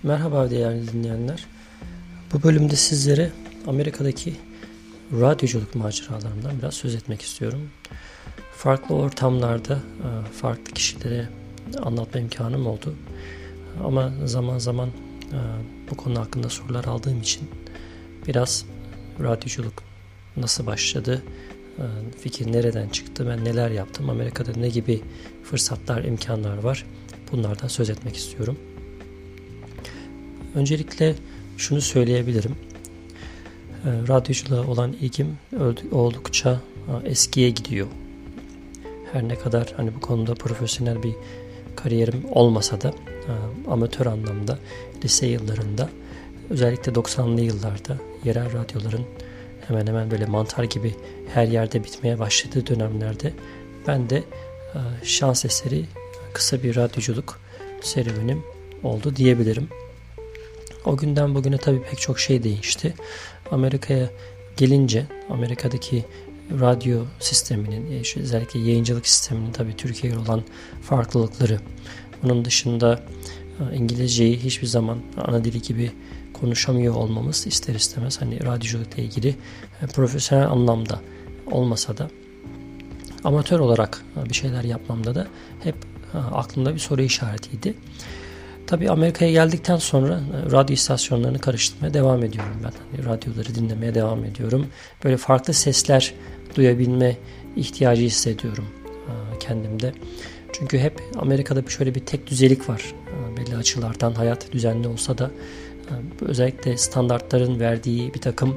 Merhaba değerli dinleyenler. Bu bölümde sizlere Amerika'daki radyoculuk maceralarımdan biraz söz etmek istiyorum. Farklı ortamlarda farklı kişilere anlatma imkanım oldu. Ama zaman zaman bu konu hakkında sorular aldığım için biraz radyoculuk nasıl başladı, fikir nereden çıktı, ben neler yaptım, Amerika'da ne gibi fırsatlar, imkanlar var, bunlardan söz etmek istiyorum. Öncelikle şunu söyleyebilirim. Radyoculuğa olan ilgim oldukça eskiye gidiyor. Her ne kadar bu konuda profesyonel bir kariyerim olmasa da amatör anlamda lise yıllarında, özellikle 90'lı yıllarda yerel radyoların hemen hemen böyle mantar gibi her yerde bitmeye başladığı dönemlerde ben de şans eseri kısa bir radyoculuk serüvenim oldu diyebilirim. O günden bugüne tabii pek çok şey değişti. Amerika'ya gelince Amerika'daki radyo sisteminin, özellikle yayıncılık sisteminin tabii Türkiye'ye olan farklılıkları, bunun dışında İngilizceyi hiçbir zaman ana dili gibi konuşamıyor olmamız ister istemez radyoculukla ilgili profesyonel anlamda olmasa da amatör olarak bir şeyler yapmamda da hep aklımda bir soru işaretiydi. Tabii Amerika'ya geldikten sonra radyo istasyonlarını karıştırmaya devam ediyorum ben. Radyoları dinlemeye devam ediyorum. Böyle farklı sesler duyabilme ihtiyacı hissediyorum kendimde. Çünkü hep Amerika'da şöyle bir tek düzelik var. Belli açılardan hayat düzenli olsa da özellikle standartların verdiği bir takım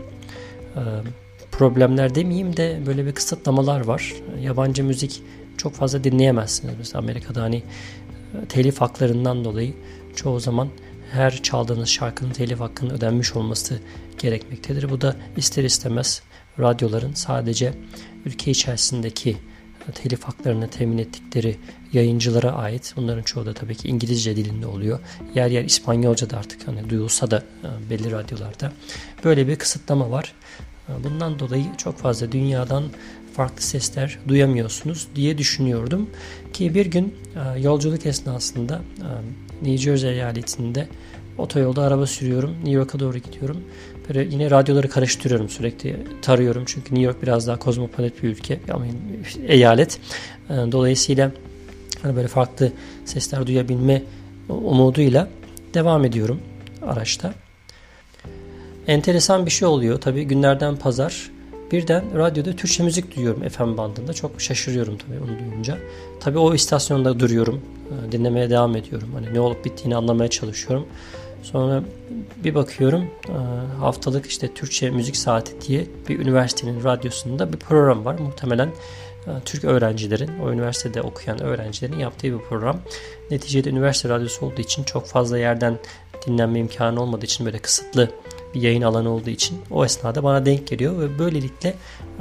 problemler demeyeyim de böyle bir kısıtlamalar var. Yabancı müzik çok fazla dinleyemezsiniz. Mesela Amerika'da telif haklarından dolayı çoğu zaman her çaldığınız şarkının telif hakkının ödenmiş olması gerekmektedir. Bu da ister istemez radyoların sadece ülke içerisindeki telif haklarını temin ettikleri yayıncılara ait. Bunların çoğu da tabii ki İngilizce dilinde oluyor. Yer yer İspanyolca da artık duyulsa da belli radyolarda. Böyle bir kısıtlama var. Bundan dolayı çok fazla dünyadan farklı sesler duyamıyorsunuz diye düşünüyordum. Ki bir gün yolculuk esnasında New Jersey eyaletinde otoyolda araba sürüyorum. New York'a doğru gidiyorum. Böyle yine radyoları karıştırıyorum, sürekli tarıyorum. Çünkü New York biraz daha kozmopolit bir ülke, eyalet. Dolayısıyla böyle farklı sesler duyabilme umuduyla devam ediyorum araçta. Enteresan bir şey oluyor. Tabii günlerden pazar birden radyoda Türkçe müzik duyuyorum FM bandında. Çok şaşırıyorum tabii onu duyunca. Tabii o istasyonda duruyorum. Dinlemeye devam ediyorum. Ne olup bittiğini anlamaya çalışıyorum. Sonra bir bakıyorum haftalık Türkçe müzik saati diye bir üniversitenin radyosunda bir program var. Muhtemelen Türk öğrencilerin, o üniversitede okuyan öğrencilerin yaptığı bir program. Neticede üniversite radyosu olduğu için çok fazla yerden dinlenme imkanı olmadığı için, böyle kısıtlı bir yayın alanı olduğu için o esnada bana denk geliyor ve böylelikle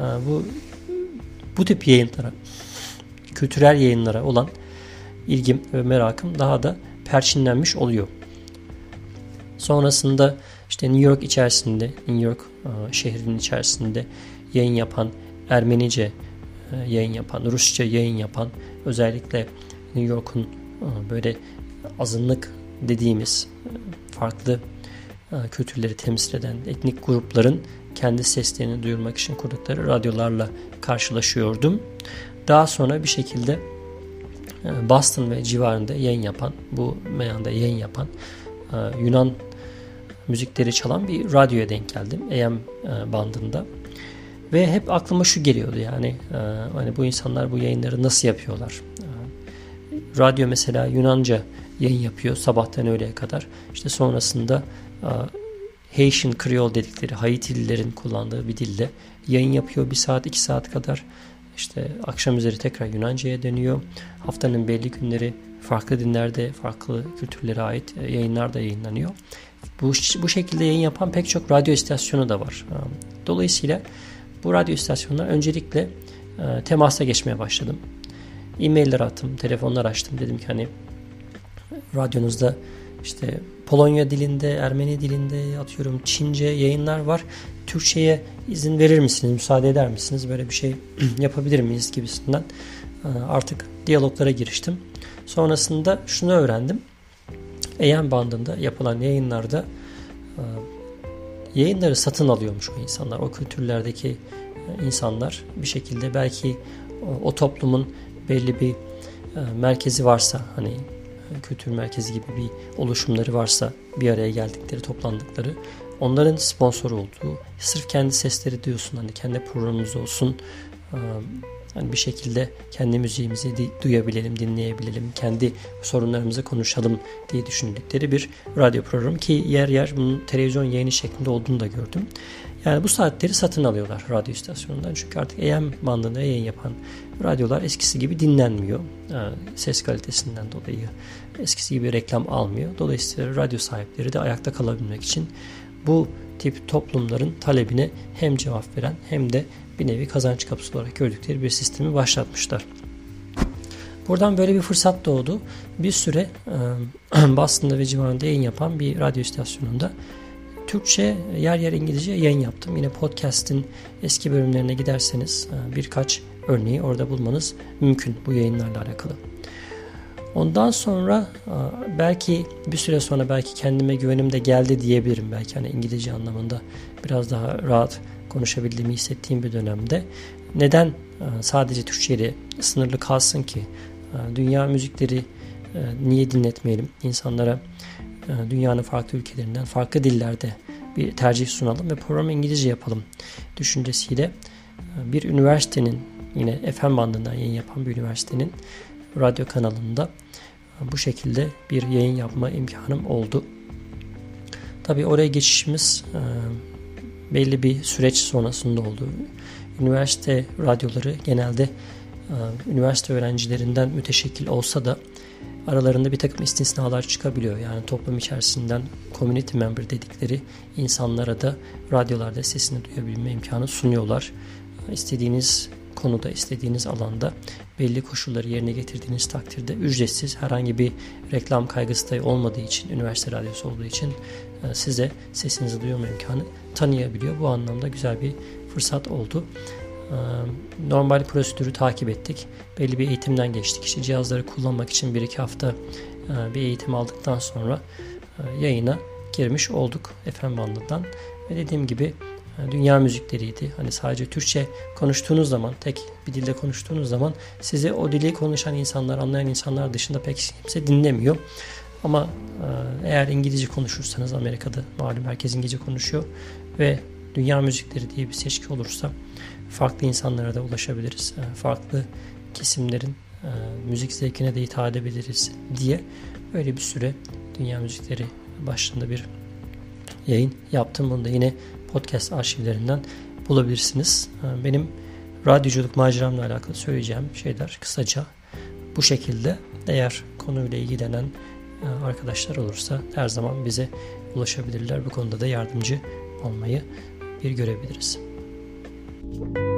bu tip yayınlara, kültürel yayınlara olan ilgim ve merakım daha da perçinlenmiş oluyor. Sonrasında New York içerisinde, New York şehrinin içerisinde yayın yapan, Ermenice yayın yapan, Rusça yayın yapan, özellikle New York'un böyle azınlık dediğimiz farklı kültürleri temsil eden etnik grupların kendi seslerini duyurmak için kurdukları radyolarla karşılaşıyordum. Daha sonra bir şekilde Boston ve civarında yayın yapan, bu meyanda yayın yapan Yunan müzikleri çalan bir radyoya denk geldim. AM bandında. Ve hep aklıma şu geliyordu bu insanlar bu yayınları nasıl yapıyorlar? Radyo mesela Yunanca yayın yapıyor sabahtan öğleye kadar. Sonrasında Haitian Creole dedikleri Haitililerin kullandığı bir dilde yayın yapıyor. 1 saat 2 saat kadar. Akşam üzeri tekrar Yunanca'ya dönüyor. Haftanın belli günleri farklı dinlerde, farklı kültürlere ait yayınlar da yayınlanıyor. Bu şekilde yayın yapan pek çok radyo istasyonu da var. Dolayısıyla bu radyo istasyonlar öncelikle temasa geçmeye başladım. E-mailler attım, telefonlar açtım. Dedim ki radyonuzda Polonya dilinde, Ermeni dilinde, Çince yayınlar var. Türkçe'ye izin verir misiniz, müsaade eder misiniz? Böyle bir şey yapabilir miyiz gibisinden artık diyaloglara giriştim. Sonrasında şunu öğrendim. AM bandında yapılan yayınlarda yayınları satın alıyormuş o insanlar. O kültürlerdeki insanlar bir şekilde belki o toplumun belli bir merkezi varsa, hani kültür merkezi gibi bir oluşumları varsa, bir araya geldikleri, toplandıkları, onların sponsoru olduğu, sırf kendi sesleri diyorsun, hani kendi programımız olsun, hani bir şekilde kendi müziğimizi duyabilelim, dinleyebilelim, kendi sorunlarımızı konuşalım diye düşündükleri bir radyo programı ki yer yer bunun televizyon yayını şeklinde olduğunu da gördüm. Yani bu saatleri satın alıyorlar radyo istasyonundan. Çünkü artık AM bandında yayın yapan radyolar eskisi gibi dinlenmiyor. Ses kalitesinden dolayı eskisi gibi reklam almıyor. Dolayısıyla radyo sahipleri de ayakta kalabilmek için bu tip toplumların talebine hem cevap veren hem de bir nevi kazanç kapısı olarak gördükleri bir sistemi başlatmışlar. Buradan böyle bir fırsat doğdu. Bir süre Boston'da ve civarında yayın yapan bir radyo istasyonunda Türkçe, yer yer İngilizce yayın yaptım. Yine podcast'in eski bölümlerine giderseniz birkaç örneği orada bulmanız mümkün bu yayınlarla alakalı. Ondan sonra belki bir süre sonra belki kendime güvenim de geldi diyebilirim. Belki hani İngilizce anlamında biraz daha rahat konuşabildiğimi hissettiğim bir dönemde. Neden sadece Türkçe'yle sınırlı kalsın ki? Dünya müzikleri niye dinletmeyelim? İnsanlara dünyanın farklı ülkelerinden, farklı dillerde bir tercih sunalım ve programı İngilizce yapalım düşüncesiyle bir üniversitenin, yine FM bandından yayın yapan bir üniversitenin radyo kanalında bu şekilde bir yayın yapma imkanım oldu. Tabii oraya geçişimiz belli bir süreç sonrasında oldu. Üniversite radyoları genelde üniversite öğrencilerinden müteşekkil olsa da aralarında bir takım istisnalar çıkabiliyor. Yani toplum içerisinden community member dedikleri insanlara da radyolarda sesini duyabilme imkanı sunuyorlar. İstediğiniz konuda, istediğiniz alanda belli koşulları yerine getirdiğiniz takdirde ücretsiz, herhangi bir reklam kaygısı da olmadığı için, üniversite radyosu olduğu için size sesinizi duyurma imkanı tanıyabiliyor. Bu anlamda güzel bir fırsat oldu. Normal prosedürü takip ettik. Belli bir eğitimden geçtik. İşte cihazları kullanmak için 1-2 hafta bir eğitim aldıktan sonra yayına girmiş olduk FM bandından. Ve dediğim gibi dünya müzikleriydi. Hani sadece Türkçe konuştuğunuz zaman, tek bir dilde konuştuğunuz zaman sizi o dili konuşan insanlar, anlayan insanlar dışında pek kimse dinlemiyor. Ama eğer İngilizce konuşursanız, Amerika'da malum herkes İngilizce konuşuyor ve dünya müzikleri diye bir seçki olursa farklı insanlara da ulaşabiliriz. Farklı kesimlerin müzik zevkine de hitap edebiliriz diye öyle bir süre dünya müzikleri başlığında bir yayın yaptım. Bunu da yine podcast arşivlerinden bulabilirsiniz. Benim radyoculuk maceramla alakalı söyleyeceğim şeyler kısaca bu şekilde. Eğer konuyla ilgilenen arkadaşlar olursa her zaman bize ulaşabilirler. Bu konuda da yardımcı olmayı bir görebiliriz.